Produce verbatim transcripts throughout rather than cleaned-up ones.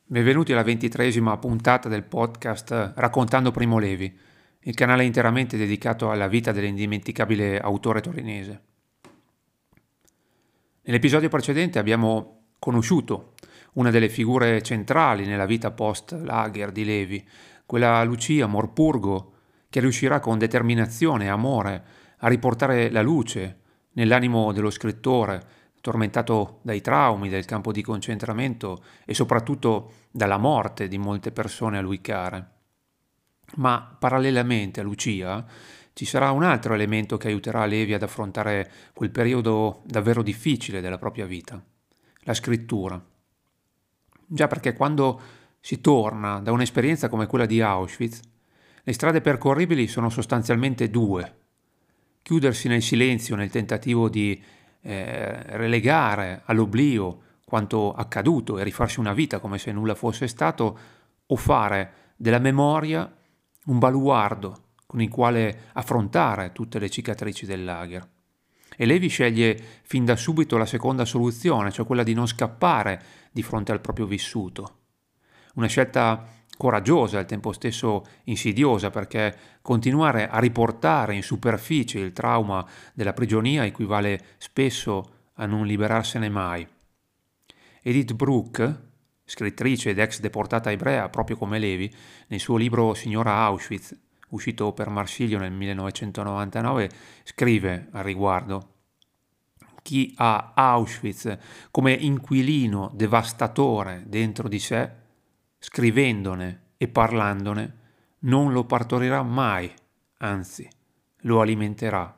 Benvenuti alla ventitreesima puntata del podcast Raccontando Primo Levi, il canale interamente dedicato alla vita dell'indimenticabile autore torinese. Nell'episodio precedente abbiamo conosciuto una delle figure centrali nella vita post-lager di Levi, quella Lucia Morpurgo, che riuscirà con determinazione e amore a riportare la luce nell'animo dello scrittore, tormentato dai traumi del campo di concentramento e soprattutto dalla morte di molte persone a lui care. Ma parallelamente a Lucia ci sarà un altro elemento che aiuterà Levi ad affrontare quel periodo davvero difficile della propria vita: la scrittura. Già perché quando si torna da un'esperienza come quella di Auschwitz, le strade percorribili sono sostanzialmente due: chiudersi nel silenzio nel tentativo di eh, relegare all'oblio quanto accaduto e rifarsi una vita come se nulla fosse stato, o fare della memoria un baluardo con il quale affrontare tutte le cicatrici del lager. E Levi sceglie fin da subito la seconda soluzione, cioè quella di non scappare di fronte al proprio vissuto. Una scelta coraggiosa e al tempo stesso insidiosa, perché continuare a riportare in superficie il trauma della prigionia equivale spesso a non liberarsene mai. Edith Bruck, scrittrice ed ex deportata ebrea proprio come Levi, nel suo libro Signora Auschwitz, uscito per Marsilio nel millenovecentonovantanove, scrive al riguardo: chi ha Auschwitz come inquilino devastatore dentro di sé, scrivendone e parlandone, non lo partorirà mai, anzi, lo alimenterà.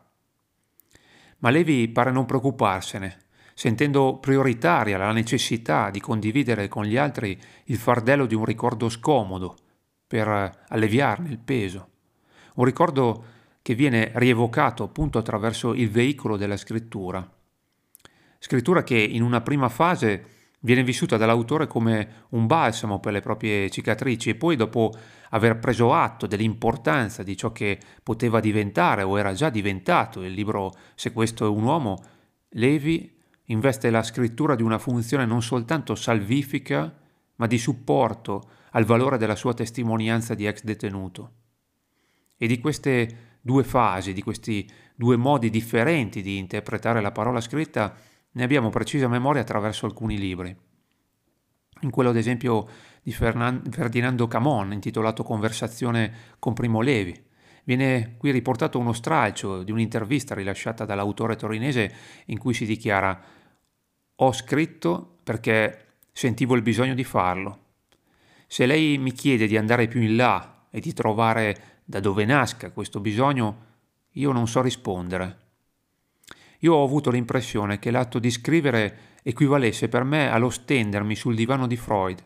Ma Levi pare non preoccuparsene, sentendo prioritaria la necessità di condividere con gli altri il fardello di un ricordo scomodo per alleviarne il peso. Un ricordo che viene rievocato appunto attraverso il veicolo della scrittura. Scrittura che in una prima fase viene vissuta dall'autore come un balsamo per le proprie cicatrici e poi, dopo aver preso atto dell'importanza di ciò che poteva diventare o era già diventato il libro Se questo è un uomo, Levi investe la scrittura di una funzione non soltanto salvifica, ma di supporto al valore della sua testimonianza di ex detenuto. E di queste due fasi, di questi due modi differenti di interpretare la parola scritta, ne abbiamo precisa memoria attraverso alcuni libri. In quello, ad esempio, di Fernan- Ferdinando Camon, intitolato Conversazione con Primo Levi, viene qui riportato uno stralcio di un'intervista rilasciata dall'autore torinese in cui si dichiara: «Ho scritto perché sentivo il bisogno di farlo. Se lei mi chiede di andare più in là e di trovare da dove nasca questo bisogno, io non so rispondere. Io ho avuto l'impressione che l'atto di scrivere equivalesse per me allo stendermi sul divano di Freud.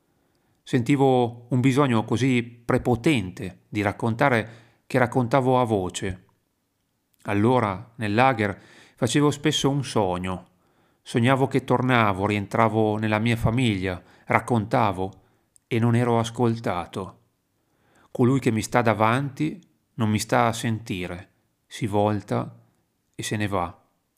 Sentivo un bisogno così prepotente di raccontare che raccontavo a voce. Allora, nel lager, facevo spesso un sogno. Sognavo che tornavo, rientravo nella mia famiglia, raccontavo e non ero ascoltato. Colui che mi sta davanti non mi sta a sentire, si volta e se ne va».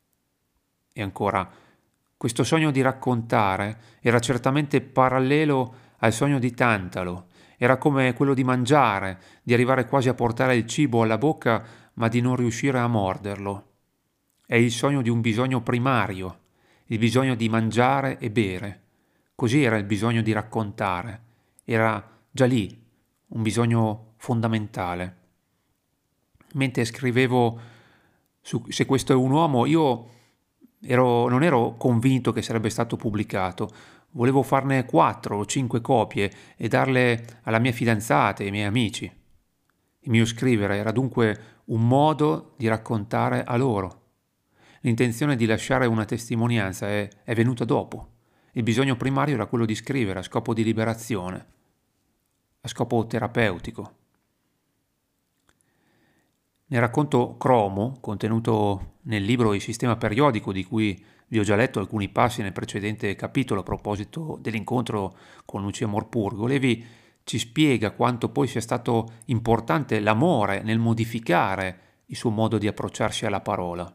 E ancora: «Questo sogno di raccontare era certamente parallelo al sogno di Tantalo, era come quello di mangiare, di arrivare quasi a portare il cibo alla bocca ma di non riuscire a morderlo. È il sogno di un bisogno primario, il bisogno di mangiare e bere. Così era il bisogno di raccontare, era già lì, un bisogno fondamentale». Mentre scrivevo su Se questo è un uomo, io ero, non ero convinto che sarebbe stato pubblicato. Volevo farne quattro o cinque copie e darle alla mia fidanzata e ai miei amici. Il mio scrivere era dunque un modo di raccontare a loro. L'intenzione di lasciare una testimonianza è, è venuta dopo. Il bisogno primario era quello di scrivere a scopo di liberazione, a scopo terapeutico. Nel racconto Cromo, contenuto nel libro Il sistema periodico, di cui vi ho già letto alcuni passi nel precedente capitolo a proposito dell'incontro con Lucia Morpurgo, Levi ci spiega quanto poi sia stato importante l'amore nel modificare il suo modo di approcciarsi alla parola.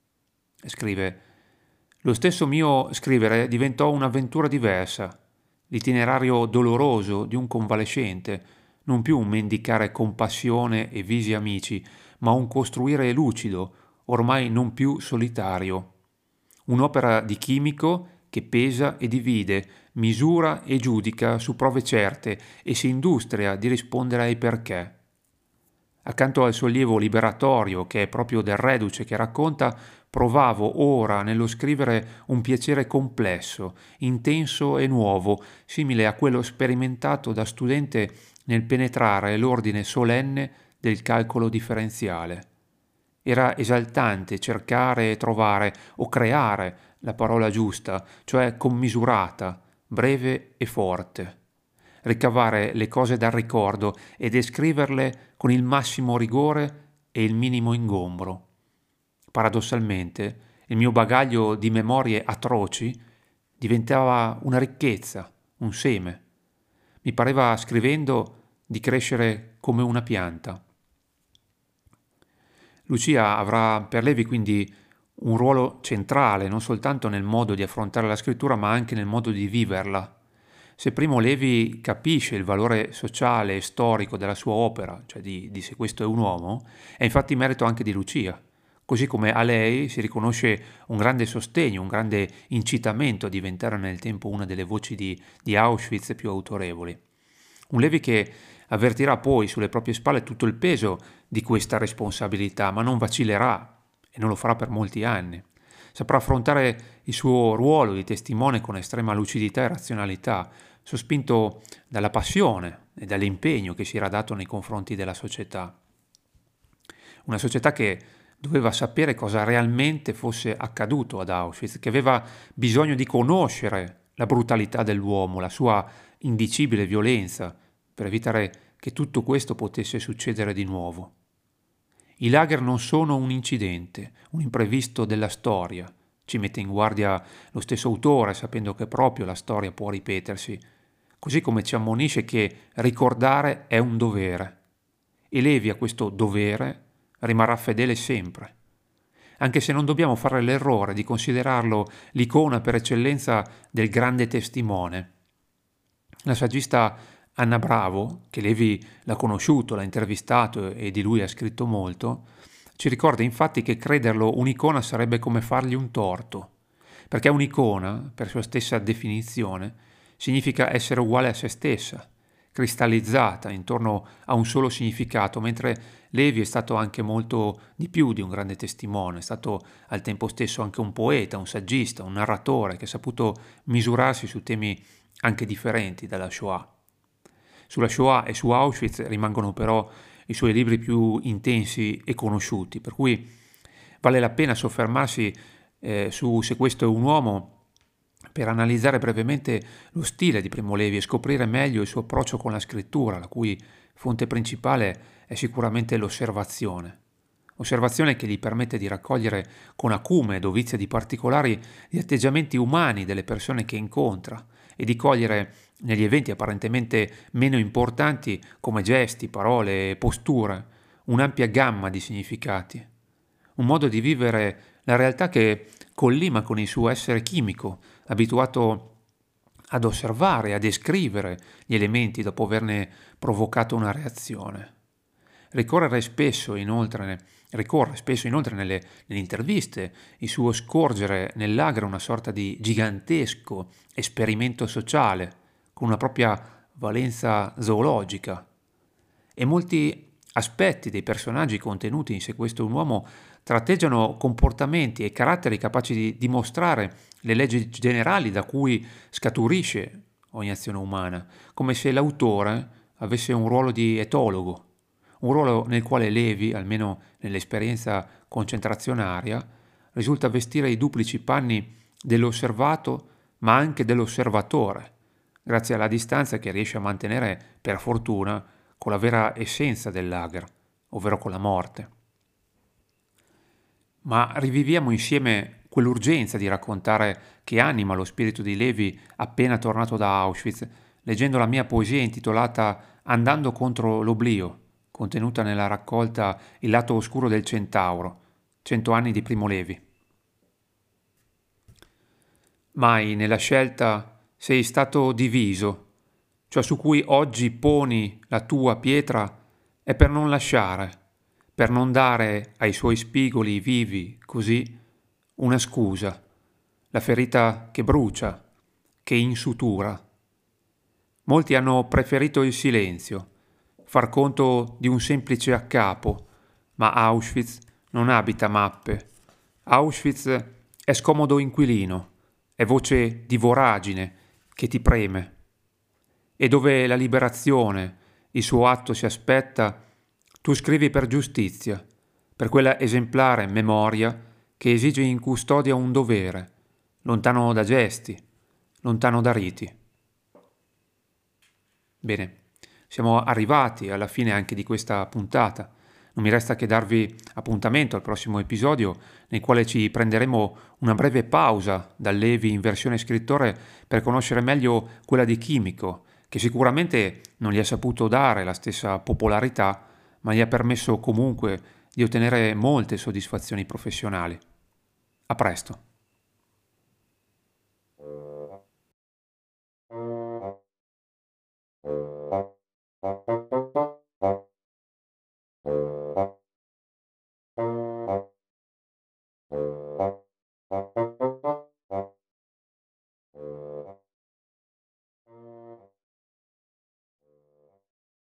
Scrive: «Lo stesso mio scrivere diventò un'avventura diversa. l'itinerario doloroso di un convalescente, non più un mendicare compassione e visi amici, ma un costruire lucido, ormai non più solitario. Un'opera di chimico che pesa e divide, misura e giudica su prove certe e si industria di rispondere ai perché. Accanto al sollievo liberatorio che è proprio del reduce che racconta, provavo ora nello scrivere un piacere complesso, intenso e nuovo, simile a quello sperimentato da studente nel penetrare l'ordine solenne del calcolo differenziale. Era esaltante cercare e trovare o creare la parola giusta, cioè commisurata, breve e forte. Ricavare le cose dal ricordo e descriverle con il massimo rigore e il minimo ingombro. Paradossalmente, il mio bagaglio di memorie atroci diventava una ricchezza, un seme. Mi pareva, scrivendo, di crescere come una pianta. Lucia avrà per Levi quindi un ruolo centrale non soltanto nel modo di affrontare la scrittura, ma anche nel modo di viverla. Se Primo Levi capisce il valore sociale e storico della sua opera, cioè di, di Se questo è un uomo, è infatti merito anche di Lucia, così come a lei si riconosce un grande sostegno, un grande incitamento a diventare nel tempo una delle voci di, di Auschwitz più autorevoli. Un Levi che avvertirà poi sulle proprie spalle tutto il peso di questa responsabilità, ma non vacillerà e non lo farà per molti anni. Saprà affrontare il suo ruolo di testimone con estrema lucidità e razionalità, sospinto dalla passione e dall'impegno che si era dato nei confronti della società. Una società che doveva sapere cosa realmente fosse accaduto ad Auschwitz, che aveva bisogno di conoscere la brutalità dell'uomo, la sua indicibile violenza, per evitare che tutto questo potesse succedere di nuovo. I lager non sono un incidente, un imprevisto della storia, ci mette in guardia lo stesso autore, sapendo che proprio la storia può ripetersi, così come ci ammonisce che ricordare è un dovere, e Levi a questo dovere rimarrà fedele sempre, anche se non dobbiamo fare l'errore di considerarlo l'icona per eccellenza del grande testimone. La saggista Anna Bravo, che Levi l'ha conosciuto, l'ha intervistato e di lui ha scritto molto, ci ricorda infatti che crederlo un'icona sarebbe come fargli un torto, perché un'icona, per sua stessa definizione, significa essere uguale a se stessa, cristallizzata intorno a un solo significato, mentre Levi è stato anche molto di più di un grande testimone, è stato al tempo stesso anche un poeta, un saggista, un narratore che ha saputo misurarsi su temi anche differenti dalla Shoah. Sulla Shoah e su Auschwitz rimangono però i suoi libri più intensi e conosciuti, per cui vale la pena soffermarsi eh, su Se questo è un uomo per analizzare brevemente lo stile di Primo Levi e scoprire meglio il suo approccio con la scrittura, la cui fonte principale è sicuramente l'osservazione. Osservazione che gli permette di raccogliere con acume e dovizia di particolari gli atteggiamenti umani delle persone che incontra e di cogliere negli eventi apparentemente meno importanti come gesti, parole e posture un'ampia gamma di significati. Un modo di vivere la realtà che collima con il suo essere chimico, abituato ad osservare, a descrivere gli elementi dopo averne provocato una reazione. Ricorrere spesso inoltre, ricorre spesso inoltre nelle, nelle interviste il suo scorgere nell'agra una sorta di gigantesco esperimento sociale con una propria valenza zoologica, e molti aspetti dei personaggi contenuti in Se questo è un uomo tratteggiano comportamenti e caratteri capaci di dimostrare le leggi generali da cui scaturisce ogni azione umana, come se l'autore avesse un ruolo di etologo, un ruolo nel quale Levi, almeno nell'esperienza concentrazionaria, risulta vestire i duplici panni dell'osservato ma anche dell'osservatore, grazie alla distanza che riesce a mantenere, per fortuna, con la vera essenza del lager, ovvero con la morte. Ma riviviamo insieme quell'urgenza di raccontare che anima lo spirito di Levi appena tornato da Auschwitz, leggendo la mia poesia intitolata Andando contro l'oblio, contenuta nella raccolta Il lato oscuro del centauro, cento anni di Primo Levi. Mai nella scelta sei stato diviso, ciò su cui oggi poni la tua pietra è per non lasciare, per non dare ai suoi spigoli vivi così una scusa, la ferita che brucia, che insutura. Molti hanno preferito il silenzio, far conto di un semplice accapo, ma Auschwitz non abita mappe. Auschwitz è scomodo inquilino, è voce di voragine che ti preme. E dove la liberazione, il suo atto si aspetta, tu scrivi per giustizia, per quella esemplare memoria che esige in custodia un dovere, lontano da gesti, lontano da riti. Bene, siamo arrivati alla fine anche di questa puntata. Non mi resta che darvi appuntamento al prossimo episodio, nel quale ci prenderemo una breve pausa dal Levi in versione scrittore per conoscere meglio quella di Chimico, che sicuramente non gli ha saputo dare la stessa popolarità, ma gli ha permesso comunque di ottenere molte soddisfazioni professionali. A presto.